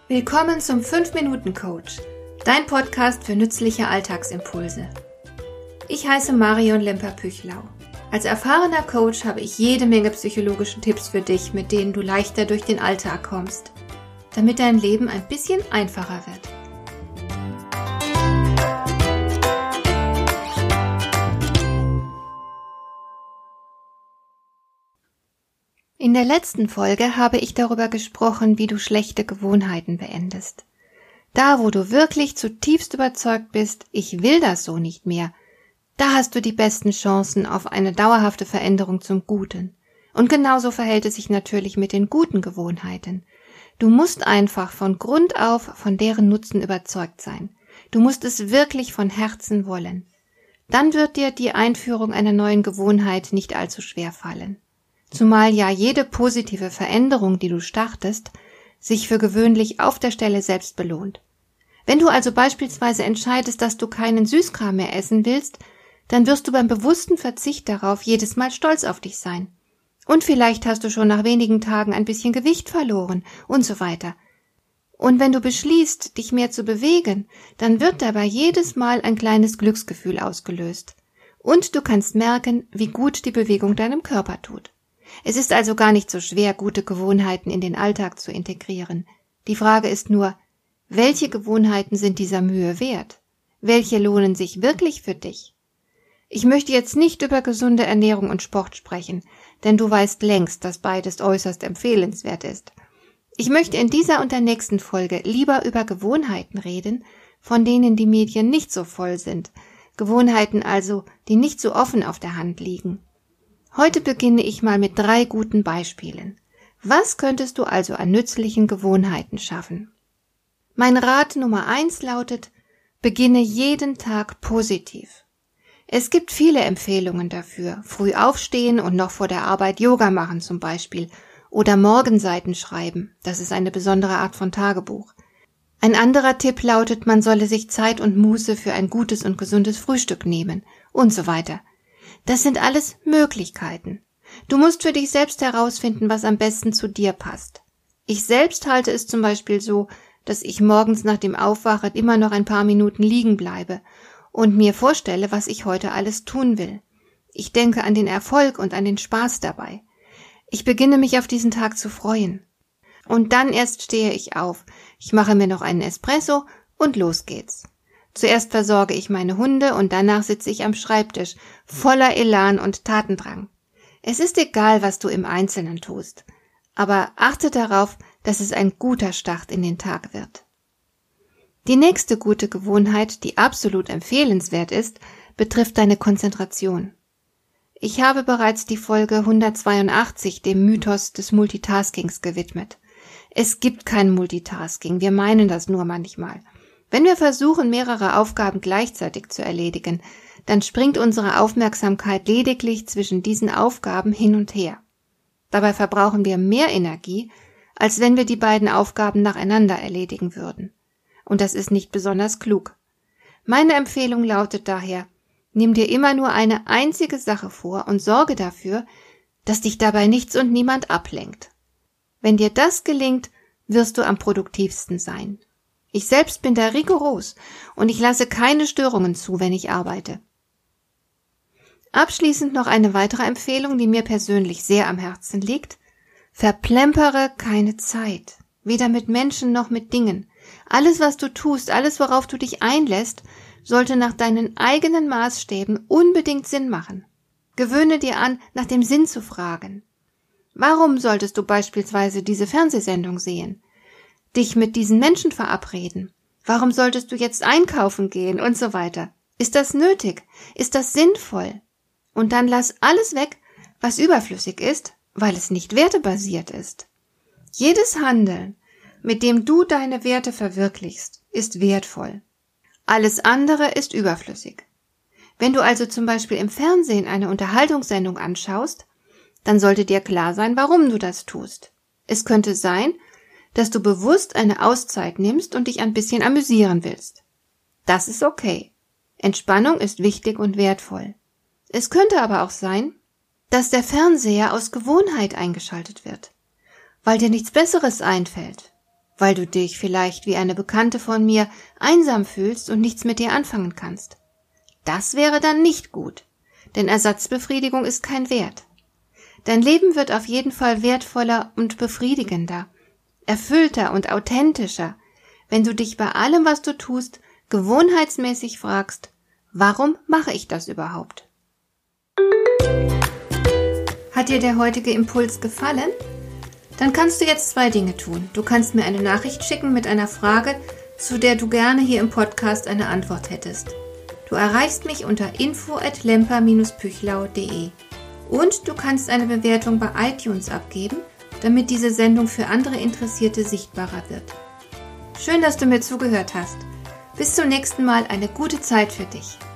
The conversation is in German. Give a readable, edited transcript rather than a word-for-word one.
Willkommen zum 5-Minuten-Coach, dein Podcast für nützliche Alltagsimpulse. Ich heiße Marion Lemper-Püchlau. Als erfahrener Coach habe ich jede Menge psychologische Tipps für dich, mit denen du leichter durch den Alltag kommst, damit dein Leben ein bisschen einfacher wird. In der letzten Folge habe ich darüber gesprochen, wie du schlechte Gewohnheiten beendest. Da, wo du wirklich zutiefst überzeugt bist, ich will das so nicht mehr, da hast du die besten Chancen auf eine dauerhafte Veränderung zum Guten. Und genauso verhält es sich natürlich mit den guten Gewohnheiten. Du musst einfach von Grund auf von deren Nutzen überzeugt sein. Du musst es wirklich von Herzen wollen. Dann wird dir die Einführung einer neuen Gewohnheit nicht allzu schwer fallen. Zumal ja jede positive Veränderung, die du startest, sich für gewöhnlich auf der Stelle selbst belohnt. Wenn du also beispielsweise entscheidest, dass du keinen Süßkram mehr essen willst, dann wirst du beim bewussten Verzicht darauf jedes Mal stolz auf dich sein. Und vielleicht hast du schon nach wenigen Tagen ein bisschen Gewicht verloren und so weiter. Und wenn du beschließt, dich mehr zu bewegen, dann wird dabei jedes Mal ein kleines Glücksgefühl ausgelöst. Und du kannst merken, wie gut die Bewegung deinem Körper tut. Es ist also gar nicht so schwer, gute Gewohnheiten in den Alltag zu integrieren. Die Frage ist nur, welche Gewohnheiten sind dieser Mühe wert? Welche lohnen sich wirklich für dich? Ich möchte jetzt nicht über gesunde Ernährung und Sport sprechen, denn du weißt längst, dass beides äußerst empfehlenswert ist. Ich möchte in dieser und der nächsten Folge lieber über Gewohnheiten reden, von denen die Medien nicht so voll sind. Gewohnheiten also, die nicht so offen auf der Hand liegen. Heute beginne ich mal mit 3 guten Beispielen. Was könntest du also an nützlichen Gewohnheiten schaffen? Mein Rat Nummer 1 lautet, beginne jeden Tag positiv. Es gibt viele Empfehlungen dafür, früh aufstehen und noch vor der Arbeit Yoga machen zum Beispiel oder Morgenseiten schreiben, das ist eine besondere Art von Tagebuch. Ein anderer Tipp lautet, man solle sich Zeit und Muße für ein gutes und gesundes Frühstück nehmen und so weiter. Das sind alles Möglichkeiten. Du musst für dich selbst herausfinden, was am besten zu dir passt. Ich selbst halte es zum Beispiel so, dass ich morgens nach dem Aufwachen immer noch ein paar Minuten liegen bleibe und mir vorstelle, was ich heute alles tun will. Ich denke an den Erfolg und an den Spaß dabei. Ich beginne mich auf diesen Tag zu freuen. Und dann erst stehe ich auf. Ich mache mir noch einen Espresso und los geht's. Zuerst versorge ich meine Hunde und danach sitze ich am Schreibtisch, voller Elan und Tatendrang. Es ist egal, was du im Einzelnen tust, aber achte darauf, dass es ein guter Start in den Tag wird. Die nächste gute Gewohnheit, die absolut empfehlenswert ist, betrifft deine Konzentration. Ich habe bereits die Folge 182 dem Mythos des Multitaskings gewidmet. Es gibt kein Multitasking, wir meinen das nur manchmal. Wenn wir versuchen, mehrere Aufgaben gleichzeitig zu erledigen, dann springt unsere Aufmerksamkeit lediglich zwischen diesen Aufgaben hin und her. Dabei verbrauchen wir mehr Energie, als wenn wir die beiden Aufgaben nacheinander erledigen würden. Und das ist nicht besonders klug. Meine Empfehlung lautet daher, nimm dir immer nur eine einzige Sache vor und sorge dafür, dass dich dabei nichts und niemand ablenkt. Wenn dir das gelingt, wirst du am produktivsten sein. Ich selbst bin da rigoros und ich lasse keine Störungen zu, wenn ich arbeite. Abschließend noch eine weitere Empfehlung, die mir persönlich sehr am Herzen liegt. Verplempere keine Zeit, weder mit Menschen noch mit Dingen. Alles, was du tust, alles, worauf du dich einlässt, sollte nach deinen eigenen Maßstäben unbedingt Sinn machen. Gewöhne dir an, nach dem Sinn zu fragen. Warum solltest du beispielsweise diese Fernsehsendung sehen? Dich mit diesen Menschen verabreden? Warum solltest du jetzt einkaufen gehen und so weiter? Ist das nötig? Ist das sinnvoll? Und dann lass alles weg, was überflüssig ist, weil es nicht wertebasiert ist. Jedes Handeln, mit dem du deine Werte verwirklichst, ist wertvoll. Alles andere ist überflüssig. Wenn du also zum Beispiel im Fernsehen eine Unterhaltungssendung anschaust, dann sollte dir klar sein, warum du das tust. Es könnte sein, dass du bewusst eine Auszeit nimmst und dich ein bisschen amüsieren willst. Das ist okay. Entspannung ist wichtig und wertvoll. Es könnte aber auch sein, dass der Fernseher aus Gewohnheit eingeschaltet wird, weil dir nichts Besseres einfällt, weil du dich vielleicht wie eine Bekannte von mir einsam fühlst und nichts mit dir anfangen kannst. Das wäre dann nicht gut, denn Ersatzbefriedigung ist kein Wert. Dein Leben wird auf jeden Fall wertvoller und befriedigender, erfüllter und authentischer, wenn du dich bei allem, was du tust, gewohnheitsmäßig fragst, warum mache ich das überhaupt? Hat dir der heutige Impuls gefallen? Dann kannst du jetzt 2 Dinge tun. Du kannst mir eine Nachricht schicken mit einer Frage, zu der du gerne hier im Podcast eine Antwort hättest. Du erreichst mich unter info@lemper-püchlau.de. Und du kannst eine Bewertung bei iTunes abgeben, damit diese Sendung für andere Interessierte sichtbarer wird. Schön, dass du mir zugehört hast. Bis zum nächsten Mal, eine gute Zeit für dich.